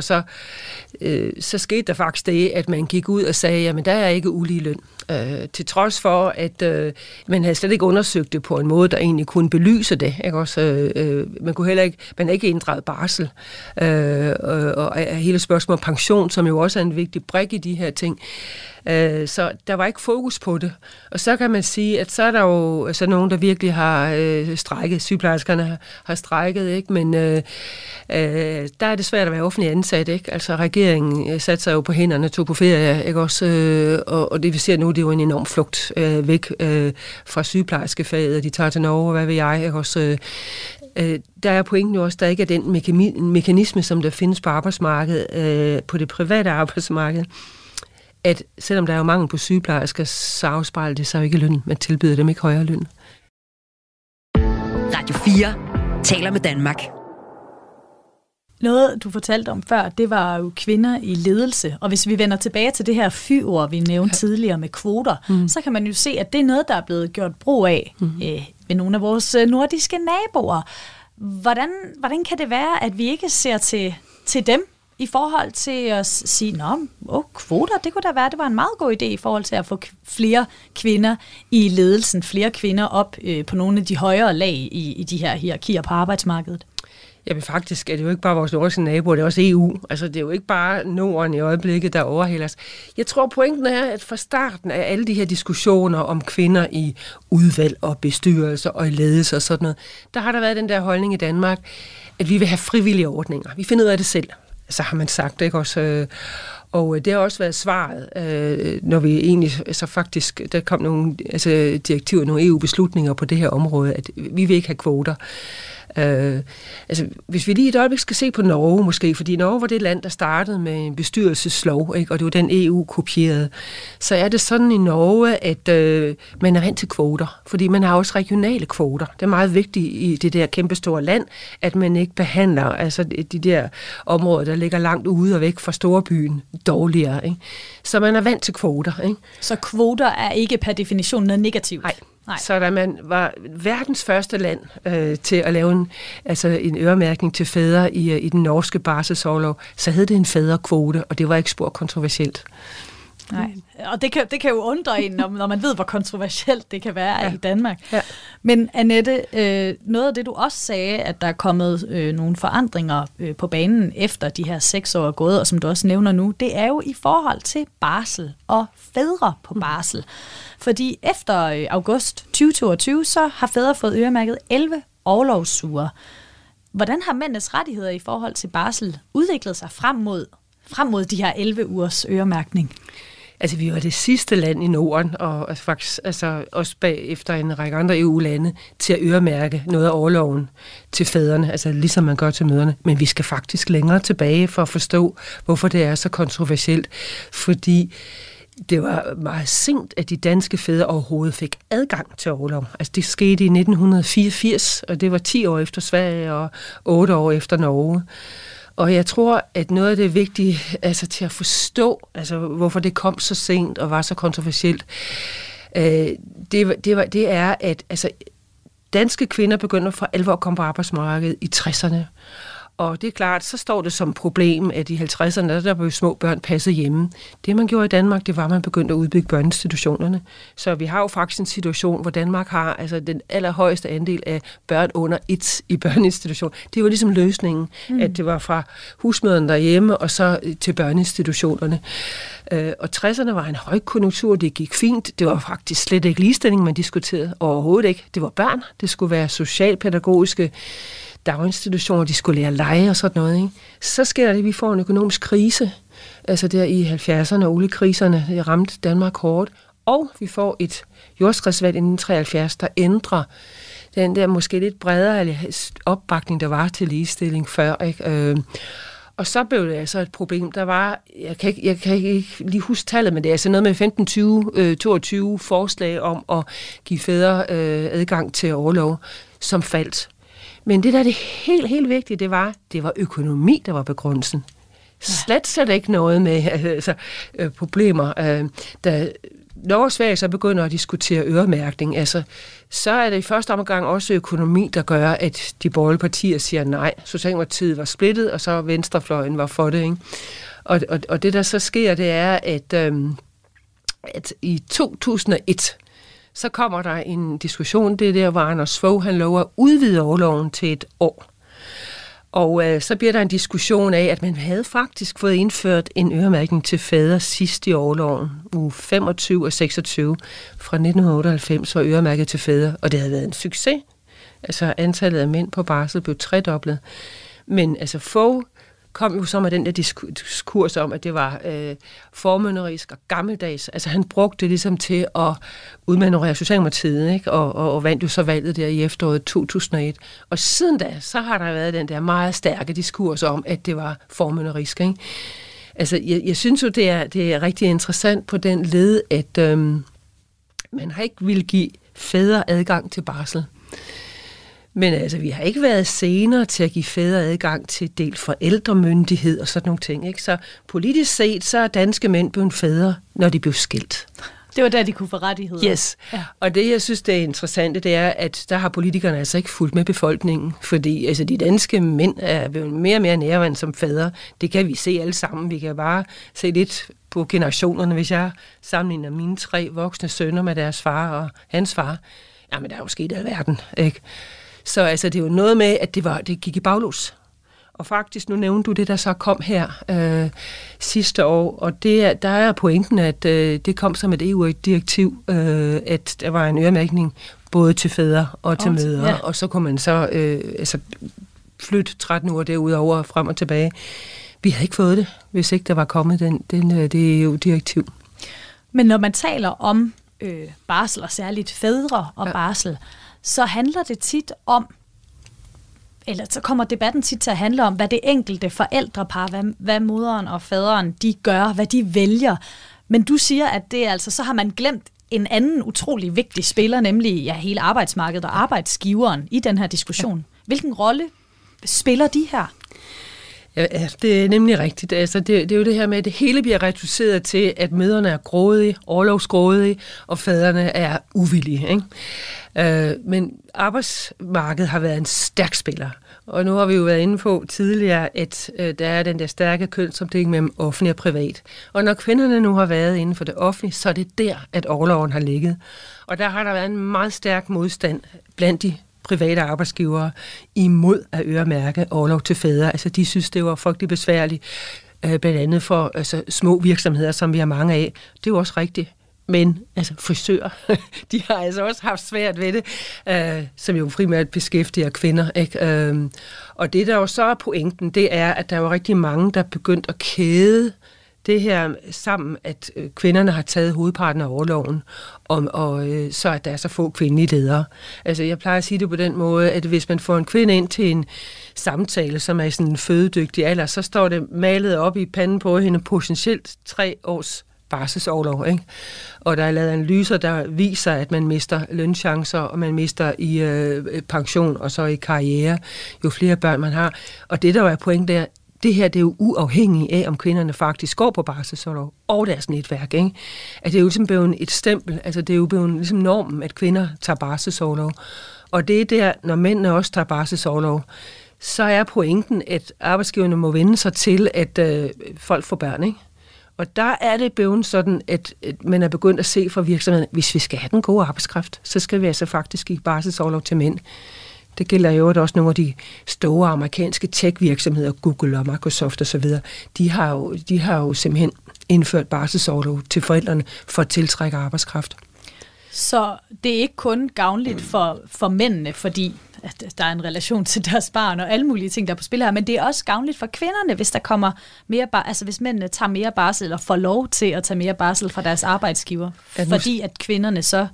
[SPEAKER 4] så skete der faktisk det, at man gik ud og sagde, jamen der er ikke ulige løn. Til trods for, at man havde slet ikke undersøgt det på en måde, der egentlig kunne belyse det. Ikke? Også, man har ikke inddraget barsel. Og hele spørgsmålet om pension, som jo også er en vigtig brik i de her ting. Så der var ikke fokus på det. Og så kan man sige, at så er der jo så nogen, der virkelig har strejket. Sygeplejerskerne har strejket, ikke? Men der er det svært at være offentlig ansat, ikke? Altså regeringen satte sig jo på hænderne, tog på ferie, ikke også? Og det vi ser nu, det er jo en enorm flugt væk fra sygeplejerskefaget, og de tager til Norge, hvad ved jeg, ikke også? Der er pointen jo også, der ikke er den mekanisme, som der findes på arbejdsmarkedet, på det private arbejdsmarked, at selvom der er jo mangel på sygeplejersker, så afspejler det sig jo ikke løn. Man tilbyder dem ikke højere løn.
[SPEAKER 2] Radio 4 taler med Danmark.
[SPEAKER 3] Noget, du fortalte om før, det var jo kvinder i ledelse. Og hvis vi vender tilbage til det her fyord, vi nævnte tidligere med kvoter, så kan man jo se, at det er noget, der er blevet gjort brug af ved nogle af vores nordiske naboer. Hvordan kan det være, at vi ikke ser til dem i forhold til at sige, kvoter, det kunne da være, det var en meget god idé i forhold til at få flere kvinder i ledelsen, flere kvinder op på nogle af de højere lag i de her hierarkier på arbejdsmarkedet?
[SPEAKER 4] Jamen faktisk er det jo ikke bare vores nordiske naboer, det er også EU. Altså det er jo ikke bare Norden i øjeblikket, der overhælder os. Jeg tror pointen er, at fra starten af alle de her diskussioner om kvinder i udvalg og bestyrelser og i ledelse og sådan noget, der har der været den der holdning i Danmark, at vi vil have frivillige ordninger. Vi finder ud af det selv. Så har man sagt, ikke også? Og det har også været svaret, når vi egentlig, altså faktisk, der kom nogle direktiver, nogle EU-beslutninger på det her område, at vi vil ikke have kvoter. Hvis vi lige et øjeblik skal se på Norge måske, fordi Norge var det land, der startede med en bestyrelseslov, ikke? Og det var den EU kopierede, så er det sådan i Norge, at man er vant til kvoter, fordi man har også regionale kvoter. Det er meget vigtigt i det der kæmpestore land, at man ikke behandler altså de der områder, der ligger langt ude og væk fra storbyen, dårligere. Ikke? Så man er vant til kvoter. Ikke?
[SPEAKER 3] Så kvoter er ikke per definition noget negativt?
[SPEAKER 4] Nej. Så da man var verdens første land til at lave en øremærkning til fædre i den norske barselsorlov, så hed det en fædrekvote, og det var ikke spor kontroversielt.
[SPEAKER 3] Nej, og det kan jo undre en, når man ved, hvor kontroversielt det kan være i Danmark. Ja. Men Annette, noget af det, du også sagde, at der er kommet nogle forandringer på banen efter de her 6 år er gået, og som du også nævner nu, det er jo i forhold til barsel og fædre på barsel. Fordi efter august 2022, så har fædre fået øremærket 11 orlovsuger. Hvordan har mændenes rettigheder i forhold til barsel udviklet sig frem mod de her 11 ugers øremærkning?
[SPEAKER 4] Altså, vi var det sidste land i Norden, og faktisk også bagefter en række andre EU-lande, til at øremærke noget af orloven til fædrene, altså ligesom man gør til mødrene. Men vi skal faktisk længere tilbage for at forstå, hvorfor det er så kontroversielt. Fordi det var meget sent, at de danske fædre overhovedet fik adgang til orlov. Altså det skete i 1984, og det var 10 år efter Sverige og 8 år efter Norge. Og jeg tror, at noget af det vigtige altså, til at forstå, altså, hvorfor det kom så sent og var så kontroversielt, det er, at altså, danske kvinder begynder for alvor at komme på arbejdsmarkedet i 60'erne. Og det er klart, så står det som problem, at i 50'erne, der blev små børn passet hjemme. Det, man gjorde i Danmark, det var, at man begyndte at udbygge børneinstitutionerne. Så vi har jo faktisk en situation, hvor Danmark har altså, den allerhøjeste andel af børn under 1 i børneinstitution. Det var ligesom løsningen, at det var fra husmøderne derhjemme og så til børneinstitutionerne. Og 60'erne var en højkonjunktur, det gik fint. Det var faktisk slet ikke ligestilling, man diskuterede overhovedet ikke. Det var børn, det skulle være socialpædagogiske daginstitutioner, de skulle lære at lege og sådan noget. Ikke? Så sker det, at vi får en økonomisk krise, altså der i 70'erne, oliekriserne, det ramte Danmark hårdt, og vi får et jordskredsvalg i 1973, der ændrer den der måske lidt bredere opbakning, der var til ligestilling før. Ikke? Og så blev det altså et problem. Der var, jeg kan ikke lige huske tallet, men det er altså noget med 22 forslag om at give fædre adgang til orlov, som faldt. Men det der er det helt vigtige, det var økonomi, der var begrundelsen. Slet ikke noget med problemer. Da Norge og Sverige så begynder at diskutere øremærkning, altså, så er det i første omgang også økonomi, der gør, at de borgerlige partier siger nej. Socialdemokratiet var splittet, og så venstrefløjen var for det. Ikke? Og det, der så sker, det er, at i 2001, så kommer der en diskussion, det er der, hvor Anders Fogh, han lover at udvide orloven til 1 år. Og så bliver der en diskussion af, at man havde faktisk fået indført en øremærkning til fædre sidst i orloven, uge 25 og 26 fra 1998, var øremærket til fædre, og det havde været en succes. Altså antallet af mænd på barsel blev tredoblet. Men altså Fogh kom jo så med den der diskurs om, at det var formynderisk og gammeldags. Altså han brugte det ligesom til at udmanøvrere Socialdemokratiet, ikke? Og vandt jo så valget der i efteråret 2001. Og siden da, så har der været den der meget stærke diskurs om, at det var formynderisk. Ikke? Altså jeg synes jo, det er rigtig interessant på den led, at man har ikke ville give fædre adgang til barsel. Men altså, vi har ikke været senere til at give fædre adgang til delt forældremyndighed og sådan nogle ting. Ikke? Så politisk set, så er danske mænd blevet fædre, når de blev skilt.
[SPEAKER 3] Det var der, de kunne få rettigheder.
[SPEAKER 4] Yes. Ja. Og det, jeg synes, det er interessant, det er, at der har politikerne altså ikke fulgt med befolkningen. Fordi altså, de danske mænd er blevet mere og mere nærværende som fædre. Det kan vi se alle sammen. Vi kan bare se lidt på generationerne, hvis jeg sammenligner mine 3 voksne sønner med deres far og hans far. Jamen, der er jo sket alverden, ikke? Så altså, det er jo noget med, at det gik i baglås. Og faktisk, nu nævnte du det, der så kom her sidste år, og der er pointen, at det kom som et EU-direktiv, at der var en øremærkning både til fædre og til mødre, ja. Og så kunne man så flytte 13 uger derudover frem og tilbage. Vi havde ikke fået det, hvis ikke der var kommet det EU-direktiv.
[SPEAKER 3] Men når man taler om barsel, og særligt fædre og barsel, så handler det tit om, eller så kommer debatten tit til at handle om, hvad det enkelte forældrepar, hvad moderen og faderen, de gør, hvad de vælger. Men du siger, at det altså, så har man glemt en anden utrolig vigtig spiller, nemlig hele arbejdsmarkedet og arbejdsgiveren i den her diskussion. Hvilken rolle spiller de her?
[SPEAKER 4] Ja, det er nemlig rigtigt. Altså, det er jo det her med, at det hele bliver reduceret til, at mødrene er grådige, orlovsgrådige, og fædrene er uvillige. Ikke? Men arbejdsmarkedet har været en stærk spiller. Og nu har vi jo været inde på tidligere, at der er den der stærke kønsopdeling mellem offentlig og privat. Og når kvinderne nu har været inden for det offentlige, så er det der, at orloven har ligget. Og der har der været en meget stærk modstand blandt de private arbejdsgivere imod at øremærke orlov til fædre. Altså, de synes, det var frygtelig besværligt, blandt andet for små virksomheder, som vi har mange af. Det er jo også rigtigt. Men altså, frisører, de har altså også haft svært ved det, som jo primært beskæftiger kvinder. Ikke? Og det, der jo så er pointen, det er, at der er jo rigtig mange, der er begyndt at kæde det her sammen, at kvinderne har taget hovedparten af orloven, og så at der er så få kvindelige ledere. Altså, jeg plejer at sige det på den måde, at hvis man får en kvinde ind til en samtale, som er i sådan en fødedygtig alder, så står det malet op i panden på hende potentielt 3 års barselsorlov, ikke? Og der er lavet analyser, der viser, at man mister lønchancer, og man mister i pension og så i karriere, jo flere børn man har. Og det, der er point der, det her det er jo uafhængigt af, om kvinderne faktisk går på barselsorlov og deres netværk, ikke? At det er jo ligesom blevet et stempel, altså det er jo blevet ligesom normen, at kvinder tager barselsorlov. Og det er der, når mændene også tager barselsorlov, så er pointen, at arbejdsgiverne må vende sig til, at folk får børn, ikke? Og der er det blevet sådan, at man er begyndt at se fra virksomheden, hvis vi skal have den gode arbejdskraft, så skal vi altså faktisk give barselsorlov til mænd. Det gælder jo også nogle af de store amerikanske tech-virksomheder, Google og Microsoft osv. De har jo simpelthen indført barselsorlov til forældrene for at tiltrække arbejdskraft.
[SPEAKER 3] Så det er ikke kun gavnligt for mændene, fordi at der er en relation til deres barn og alle mulige ting, der er på spil her, men det er også gavnligt for kvinderne, hvis der kommer mere altså hvis mændene tager mere barsel, eller får lov til at tage mere barsel fra deres arbejdsgiver, fordi at kvinderne så,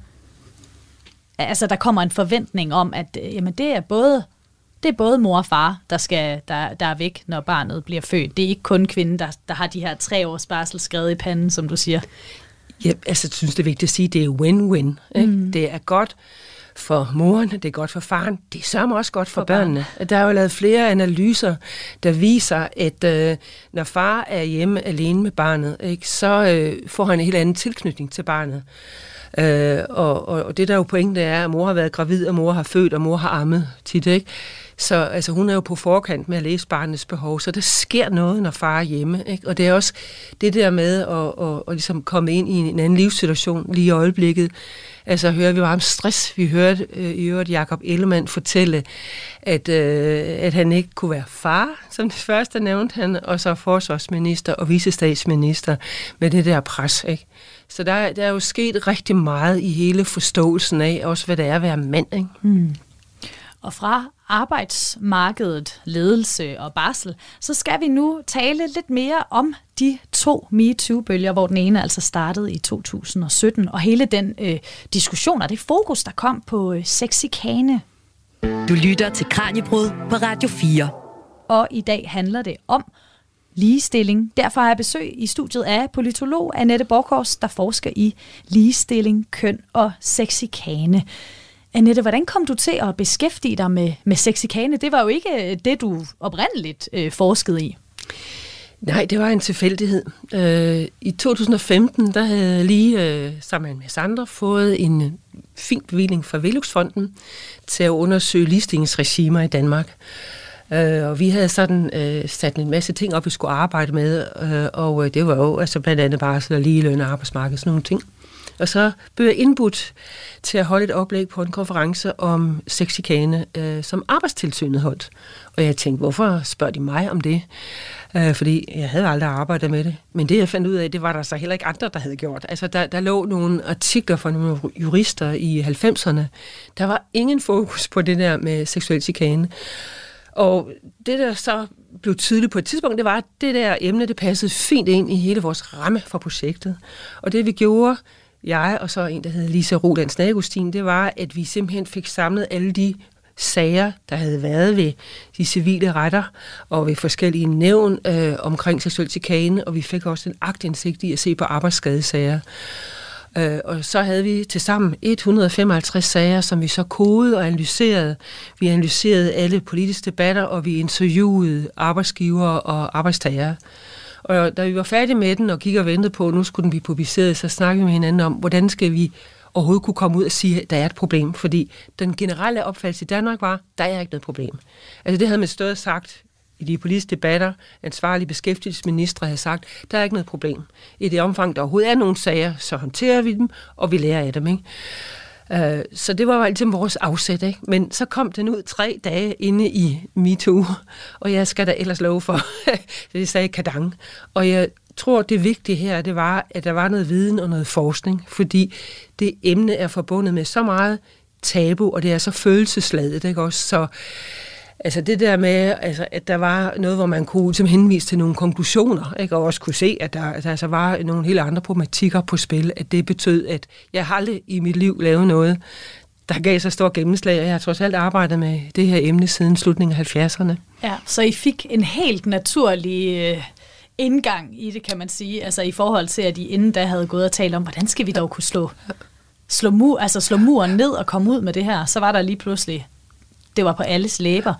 [SPEAKER 3] altså der kommer en forventning om, at jamen det er både mor og far, der er væk, når barnet bliver født. Det er ikke kun kvinden, der har de her 3 års barsel skrevet i panden, som du siger.
[SPEAKER 4] Ja, altså jeg synes, det er vigtigt at sige, at det er win-win. Ikke? Det er godt for moren, det er godt for faren, det er sørme også godt for børnene. Der er jo lavet flere analyser, der viser, at når far er hjemme alene med barnet, ikke, så får han en helt anden tilknytning til barnet. Og det der jo pointen er, at mor har været gravid, og mor har født, og mor har ammet tit, ikke? Så altså, hun er jo på forkant med at læse barnets behov, så der sker noget, når far er hjemme, ikke? Og det er også det der med at ligesom komme ind i en anden livssituation lige i øjeblikket. Altså hører vi meget om stress. Vi hørte i øvrigt Jakob Ellemann fortælle, at han ikke kunne være far, som det første nævnte han, og så forsvarsminister og vicestatsminister med det der pres, ikke? Så der er jo sket rigtig meget i hele forståelsen af, også hvad det er at være mand, ikke?
[SPEAKER 3] Og fra arbejdsmarkedet, ledelse og barsel, så skal vi nu tale lidt mere om de 2 MeToo-bølger, hvor den ene altså startede i 2017, og hele den diskussion og det fokus, der kom på sexchikane.
[SPEAKER 2] Du lytter til Kraniebrud på Radio 4.
[SPEAKER 3] Og i dag handler det om ligestilling. Derfor har jeg besøg i studiet af politolog Annette Borchorst, der forsker i ligestilling, køn og sexchikane. Annette, hvordan kom du til at beskæftige dig med sexchikane? Det var jo ikke det, du oprindeligt forskede i.
[SPEAKER 4] Nej, det var en tilfældighed. I 2015, der havde jeg lige sammen med en masse andre fået en fin bevilling fra Veluxfonden til at undersøge ligestillingsregimer i Danmark. Og vi havde sådan sat en masse ting op, vi skulle arbejde med, og det var jo altså blandt andet barsel og ligeløn og arbejdsmarked, sådan nogle ting. Og så blev jeg indbudt til at holde et oplæg på en konference om sexchikane, som Arbejdstilsynet holdt. Og jeg tænkte, hvorfor spørger de mig om det? Fordi jeg havde aldrig arbejdet med det. Men det, jeg fandt ud af, det var der så heller ikke andre, der havde gjort. Altså, der lå nogle artikler fra nogle jurister i 90'erne. Der var ingen fokus på det der med seksuel chikane. Og det, der så blev tydeligt på et tidspunkt, det var, at det der emne, det passede fint ind i hele vores ramme for projektet. Og det, vi gjorde, jeg og så en, der hed Lisa Rolands Nagustin, det var, at vi simpelthen fik samlet alle de sager, der havde været ved de civile retter og ved forskellige nævn omkring seksuel chikane, og vi fik også en aktindsigt i at se på arbejdsskadesager. Og så havde vi tilsammen 155 sager, som vi så kodede og analyserede. Vi analyserede alle politiske debatter, og vi interviewede arbejdsgivere og arbejdstagere. Og da vi var færdige med den og kiggede og ventede på, at nu skulle den blive publiceret, så snakkede vi med hinanden om, hvordan skal vi overhovedet kunne komme ud og sige, at der er et problem. Fordi den generelle opfattelse i Danmark var, der er ikke noget problem. Altså det havde man stået og sagt i de politiske debatter, ansvarlige beskæftigelsesministre havde sagt, der er ikke noget problem. I det omfang, der overhovedet er nogle sager, så håndterer vi dem, og vi lærer af dem, ikke? Så det var jo altid vores afsæt, ikke? Men så kom den ud 3 dage inde i MeToo, og jeg skal da ellers love for, det sagde kadang. Og jeg tror, det vigtige her, det var, at der var noget viden og noget forskning, fordi det emne er forbundet med så meget tabu, og det er så følelsesladet, ikke også? Så altså det der med, altså, at der var noget, hvor man kunne henvise til nogle konklusioner, ikke? Og også kunne se, at der altså var nogle helt andre problematikker på spil, at det betød, at jeg har aldrig i mit liv lavet noget, der gav så stor gennemslag, og jeg har trods alt arbejdet med det her emne siden slutningen af 70'erne.
[SPEAKER 3] Ja, så I fik en helt naturlig indgang i det, kan man sige. Altså i forhold til, at de inden da havde gået og talt om, hvordan skal vi dog kunne slå muren ned og komme ud med det her. Så var der lige pludselig, det var på alles læber.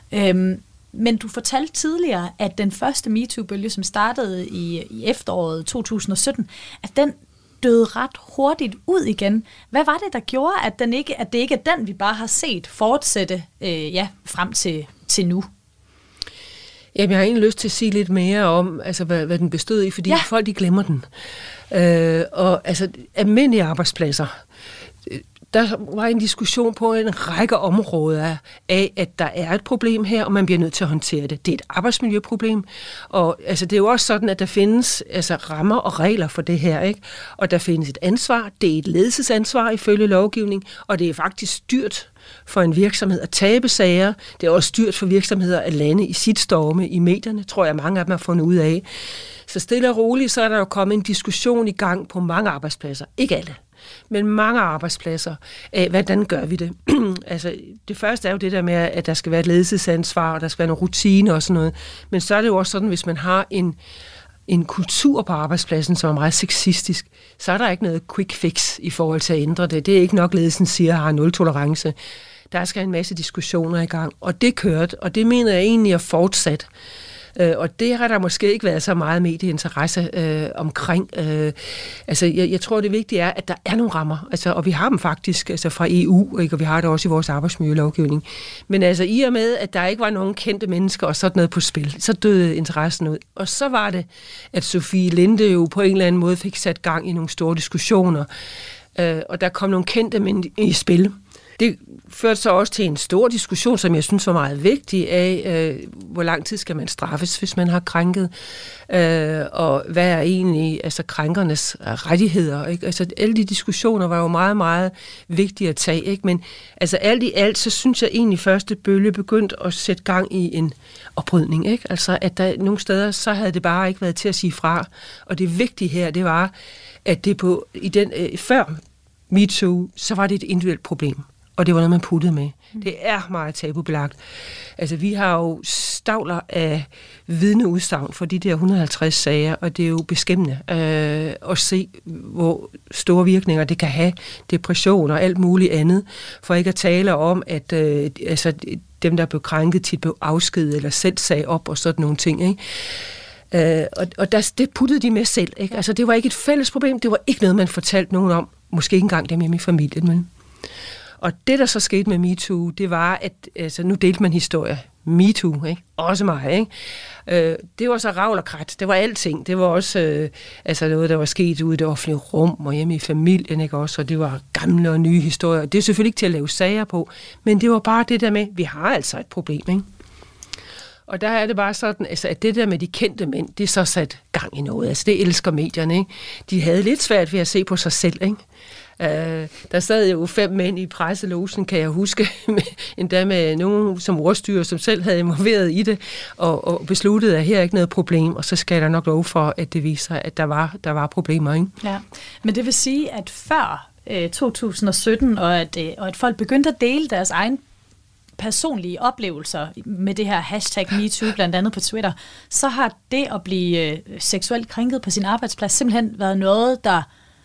[SPEAKER 3] Men du fortalte tidligere, at den første MeToo-bølge, som startede i efteråret 2017, at den døde ret hurtigt ud igen. Hvad var det, der gjorde, at det ikke er den, vi bare har set fortsætte frem til nu?
[SPEAKER 4] Jamen, jeg har egentlig lyst til at sige lidt mere om, altså, hvad den bestod i, fordi folk de glemmer den. Og altså, almindelige arbejdspladser, der var en diskussion på en række områder af, at der er et problem her, og man bliver nødt til at håndtere det. Det er et arbejdsmiljøproblem, og altså, det er jo også sådan, at der findes altså, rammer og regler for det her, ikke? Og der findes et ansvar, det er et ledelsesansvar ifølge lovgivning, og det er faktisk dyrt for en virksomhed at tabe sager. Det er også dyrt for virksomheder at lande i sit storme i medierne, tror jeg mange af dem har fundet ud af. Så stille og roligt, så er der jo kommet en diskussion i gang på mange arbejdspladser. Ikke alle, men mange arbejdspladser af, hvordan gør vi det? Altså, det første er jo det der med, at der skal være et ledelsesansvar, og der skal være nogle rutiner og sådan noget. Men så er det jo også sådan, hvis man har en kultur på arbejdspladsen, som er meget sexistisk, så er der ikke noget quick fix i forhold til at ændre det. Det er ikke nok, ledelsen siger, at har nul tolerance. Der skal en masse diskussioner i gang, og det kørte, og det mener jeg egentlig er fortsat. Og det har der måske ikke været så meget medieinteresse omkring. Altså, jeg tror, det vigtige er, at der er nogle rammer, altså, og vi har dem faktisk altså, fra EU, ikke? Og vi har det også i vores arbejdsmiljølovgivning. Men altså, i og med, at der ikke var nogen kendte mennesker og sådan noget på spil, så døde interessen ud. Og så var det, at Sofie Linde jo på en eller anden måde fik sat gang i nogle store diskussioner, og der kom nogle kendte mænd i spil. Det førte så også til en stor diskussion, som jeg synes var meget vigtig af, hvor lang tid skal man straffes, hvis man har krænket, og hvad er egentlig altså krænkernes rettigheder. Ikke? Altså alle de diskussioner var jo meget, meget vigtige at tage. Ikke? Men altså alt i alt, så synes jeg egentlig første bølge begyndte at sætte gang i en oprydning. Ikke? Altså at der nogle steder, så havde det bare ikke været til at sige fra. Og det vigtige her, det var, at det før MeToo, så var det et individuelt problem. Og det var noget, man puttede med. Det er meget tabubelagt. Altså, vi har jo stavler af vidneudsagn for de der 150 sager, og det er jo beskæmmende at se, hvor store virkninger det kan have. Depression og alt muligt andet. For ikke at tale om, at dem, der blev krænket, tit blev afskediget eller selv sag op og sådan nogle ting, ikke? Og det puttede de med selv, ikke? Altså, det var ikke et fælles problem. Det var ikke noget, man fortalte nogen om. Måske ikke engang dem hjemme i familien, men... Og det, der så skete med MeToo, det var, at altså, nu delte man historie. MeToo, ikke? Også mig, ikke? Det var så ravl og krat. Det var alting. Det var også noget, der var sket ude i det offentlige rum og hjemme i familien, ikke også? Og det var gamle og nye historier. Det er selvfølgelig ikke til at lave sager på, men det var bare det der med, vi har altså et problem, ikke? Og der er det bare sådan, altså, at det der med de kendte mænd, det er så sat gang i noget. Altså, det elsker medierne, ikke? De havde lidt svært ved at se på sig selv, ikke? Der sad jo 5 mænd i presselogen, kan jeg huske, endda med nogen som ordstyrer, som selv havde involveret i det, og besluttede, at her er ikke noget problem, og så skal der nok lov for, at det viser, at der var problemer, ikke? Ja,
[SPEAKER 3] men det vil sige, at før 2017, og at folk begyndte at dele deres egen personlige oplevelser med det her hashtag MeToo, blandt andet på Twitter, så har det at blive seksuelt krænket på sin arbejdsplads simpelthen været noget, der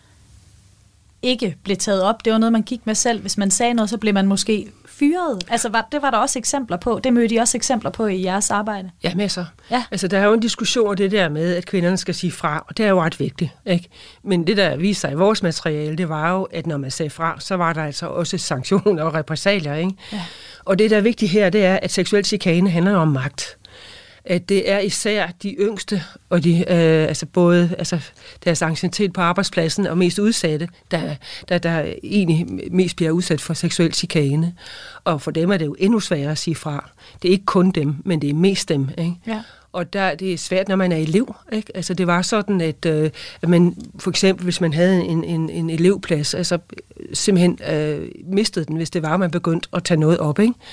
[SPEAKER 3] ikke blev taget op. Det var noget, man gik med selv. Hvis man sagde noget, så blev man måske fyret. Altså, det var der også eksempler på. Det mødte I også eksempler på i jeres arbejde.
[SPEAKER 4] Ja, masser. Ja. Altså, der er jo en diskussion om det der med, at kvinderne skal sige fra, og det er jo ret vigtigt, ikke? Men det, der viser sig i vores materiale, det var jo, at når man sagde fra, så var der altså også sanktioner og repressalier, ikke? Ja. Og det, der er vigtigt her, det er, at seksuel chikane handler om magt. At det er især de yngste, og både deres anciennitet på arbejdspladsen og mest udsatte, der egentlig mest bliver udsat for seksuel chikane. Og for dem er det jo endnu sværere at sige fra. Det er ikke kun dem, men det er mest dem, ikke? Ja. Og det er svært, når man er elev, ikke? Altså, det var sådan, at man for eksempel, hvis man havde en elevplads, altså simpelthen mistede den, hvis det var, man begyndte at tage noget op, ikke?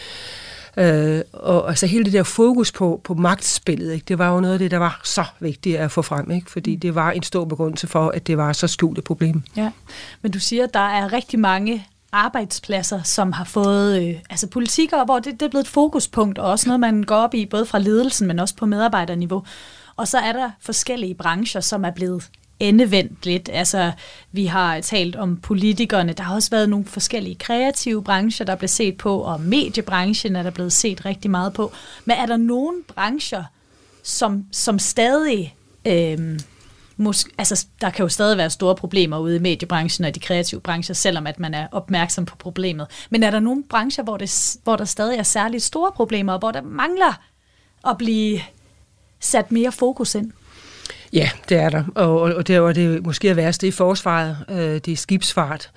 [SPEAKER 4] Og altså hele det der fokus på magtspillet, ikke? Det var jo noget af det, der var så vigtigt at få frem, ikke? Fordi det var en stor begrundelse for, at det var så skjult et problem. Ja,
[SPEAKER 3] men du siger, at der er rigtig mange arbejdspladser, som har fået politikker, hvor det er blevet et fokuspunkt, og også noget, man går op i, både fra ledelsen, men også på medarbejderniveau. Og så er der forskellige brancher, som er blevet endevendt lidt. Altså, vi har talt om politikerne. Der har også været nogle forskellige kreative brancher, der er blevet set på, og mediebranchen er der blevet set rigtig meget på. Men er der nogle brancher, som stadig... altså, der kan jo stadig være store problemer ude i mediebranchen og de kreative brancher, selvom at man er opmærksom på problemet. Men er der nogle brancher, hvor der stadig er særligt store problemer, og hvor der mangler at blive sat mere fokus ind?
[SPEAKER 4] Ja, det er der. Og det er det måske er værst. Det er forsvaret, det er skibsfart.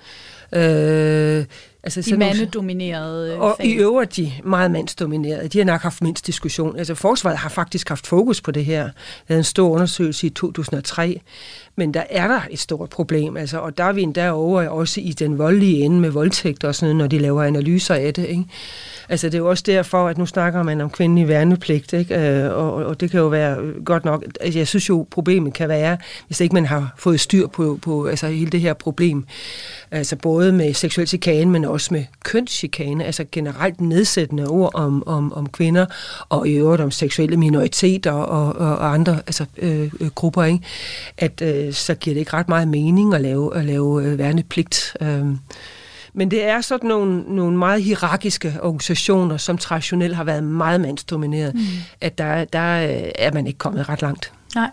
[SPEAKER 4] Altså
[SPEAKER 3] de mandedominerede
[SPEAKER 4] og
[SPEAKER 3] fag.
[SPEAKER 4] i øvrigt de meget mandsdominerede. De har nok haft mindst diskussion. Altså forsvaret har faktisk haft fokus på det her. Der er en stor undersøgelse i 2003, men der er der et stort problem. Altså, og der er vi endda over også i den voldelige ende med voldtægt og sådan noget, når de laver analyser af det. Ikke? Altså det er jo også derfor, at nu snakker man om kvindelig værnepligt, ikke? Og det kan jo være godt nok. Altså, jeg synes jo, problemet kan være, hvis ikke man har fået styr på altså hele det her problem. Altså både med seksuel chikane, men også med kønschikane, altså generelt nedsættende ord om kvinder, og i øvrigt om seksuelle minoriteter og andre altså, grupper, ikke? At så giver det ikke ret meget mening at lave værnepligt. Men det er sådan nogle meget hierarkiske organisationer, som traditionelt har været meget mandsdomineret, at der er man ikke kommet ret langt.
[SPEAKER 3] Nej.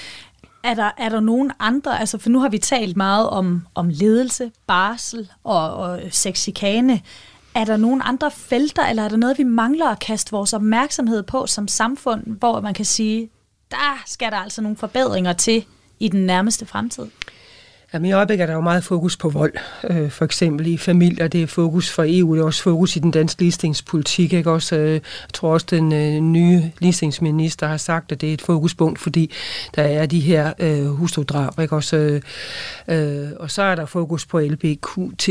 [SPEAKER 3] Er der nogen andre, altså for nu har vi talt meget om ledelse, barsel og sexchikane. Er der nogen andre felter, eller er der noget, vi mangler at kaste vores opmærksomhed på som samfund, hvor man kan sige, der skal der altså nogle forbedringer til i den nærmeste fremtid?
[SPEAKER 4] Jamen, i øjeblikket er der jo meget fokus på vold, for eksempel i familier. Det er fokus for EU, det er også fokus i den danske ligestillingspolitik. Ikke? Også, jeg tror også, den nye ligestillingsminister har sagt, at det er et fokuspunkt, fordi der er de her hustrudrab. Ikke? Også, og så er der fokus på LGBTQ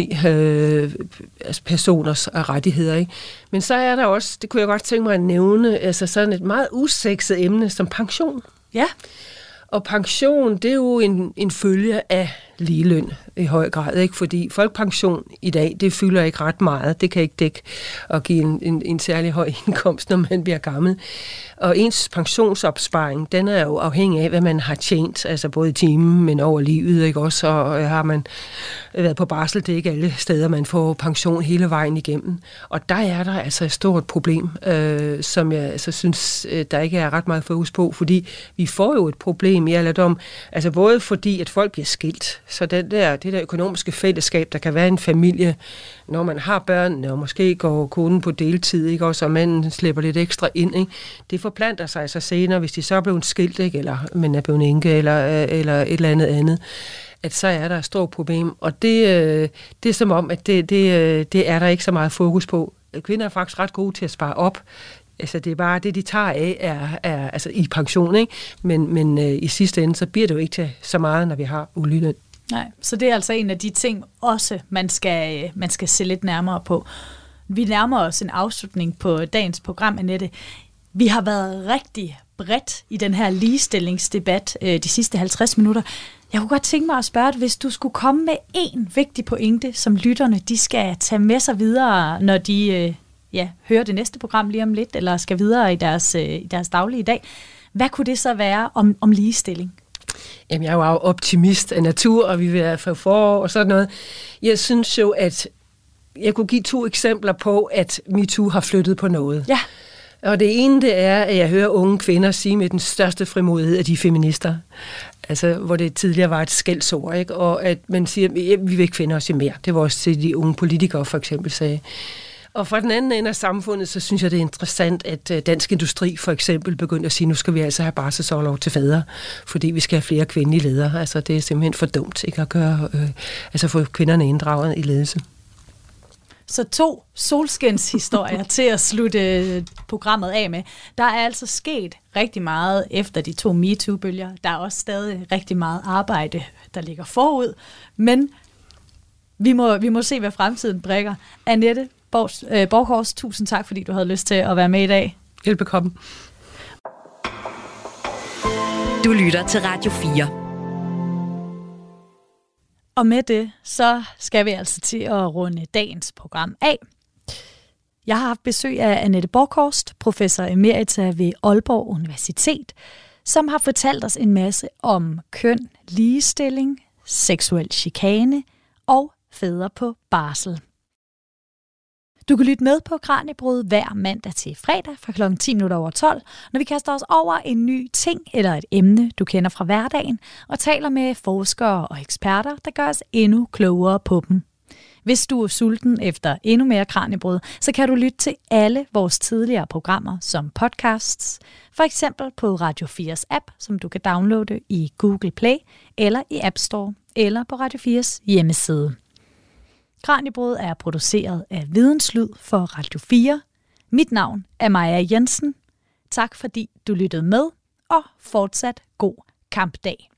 [SPEAKER 4] altså personers rettigheder. Ikke? Men så er der også, det kunne jeg godt tænke mig at nævne, altså sådan et meget usekset emne som pension.
[SPEAKER 3] Ja.
[SPEAKER 4] Og pension, det er jo en følge af ligeløn i høj grad, ikke? Fordi folkepension i dag, det fylder ikke ret meget. Det kan ikke dække og give en særlig høj indkomst, når man bliver gammel. Og ens pensionsopsparing, den er jo afhængig af, hvad man har tjent, altså både i timen, men over livet, ikke også? Og har man været på barsel, det er ikke alle steder, man får pension hele vejen igennem. Og der er der altså et stort problem, som jeg altså synes, der ikke er ret meget fokus på, fordi vi får jo et problem i alderdom, altså både fordi, at folk bliver skilt, så det der økonomiske fællesskab, der kan være en familie, når man har børn, og måske går konen på deltid, ikke også, og manden slipper lidt ekstra ind, ikke? Det forplanter sig så senere, hvis de så er blevet skilt, ikke? Eller man er blevet enke, eller et eller andet, at så er der et stort problem. Og det er som om, at det er der ikke så meget fokus på. Kvinder er faktisk ret gode til at spare op. Altså det er bare det, de tager af, er altså i pension, ikke? Men i sidste ende, så bliver det jo ikke til så meget, når vi har uligeløn.
[SPEAKER 3] Nej, så det er altså en af de ting også, man skal se lidt nærmere på. Vi nærmer os en afslutning på dagens program, Annette. Vi har været rigtig bredt i den her ligestillingsdebat de sidste 50 minutter. Jeg kunne godt tænke mig at spørge dig, hvis du skulle komme med en vigtig pointe, som lytterne de skal tage med sig videre, når de hører det næste program lige om lidt, eller skal videre i deres daglige dag. Hvad kunne det så være om ligestilling?
[SPEAKER 4] Jamen, jeg er jo optimist af natur, og vi vil have forår og sådan noget. Jeg synes jo, at jeg kunne give 2 eksempler på, at MeToo har flyttet på noget.
[SPEAKER 3] Ja.
[SPEAKER 4] Og det ene, det er, at jeg hører unge kvinder sige med den største frimodighed, at de er feminister. Altså, hvor det tidligere var et skældsord, ikke? Og at man siger, at vi vil ikke finde os i mere. Det var også det, de unge politikere for eksempel sagde. Og fra den anden ende af samfundet, så synes jeg, det er interessant, at Dansk Industri for eksempel begyndte at sige, nu skal vi altså have barselsorlov til fædre, fordi vi skal have flere kvindelige ledere. Altså, det er simpelthen for dumt, ikke, at gøre, få kvinderne inddraget i ledelse.
[SPEAKER 3] Så 2 solskinshistorier til at slutte programmet af med. Der er altså sket rigtig meget efter de 2 MeToo-bølger. Der er også stadig rigtig meget arbejde, der ligger forud. Men vi må se, hvad fremtiden bringer. Annette Borchorst, tusind tak, fordi du havde lyst til at være med i dag.
[SPEAKER 4] Velbekomme.
[SPEAKER 2] Du lytter til Radio 4.
[SPEAKER 3] Og med det, så skal vi altså til at runde dagens program af. Jeg har haft besøg af Annette Borchorst, professor emerita ved Aalborg Universitet, som har fortalt os en masse om køn, ligestilling, seksuel chikane og fædre på barsel. Du kan lytte med på Kraniebrud hver mandag til fredag fra kl. 10:12, når vi kaster os over en ny ting eller et emne, du kender fra hverdagen, og taler med forskere og eksperter, der gør os endnu klogere på dem. Hvis du er sulten efter endnu mere Kraniebrud, så kan du lytte til alle vores tidligere programmer som podcasts, for eksempel på Radio 4's app, som du kan downloade i Google Play eller i App Store eller på Radio 4's hjemmeside. Kraniebrud er produceret af Videnslyd for Radio 4. Mit navn er Maja Jensen. Tak fordi du lyttede med, og fortsat god kampdag.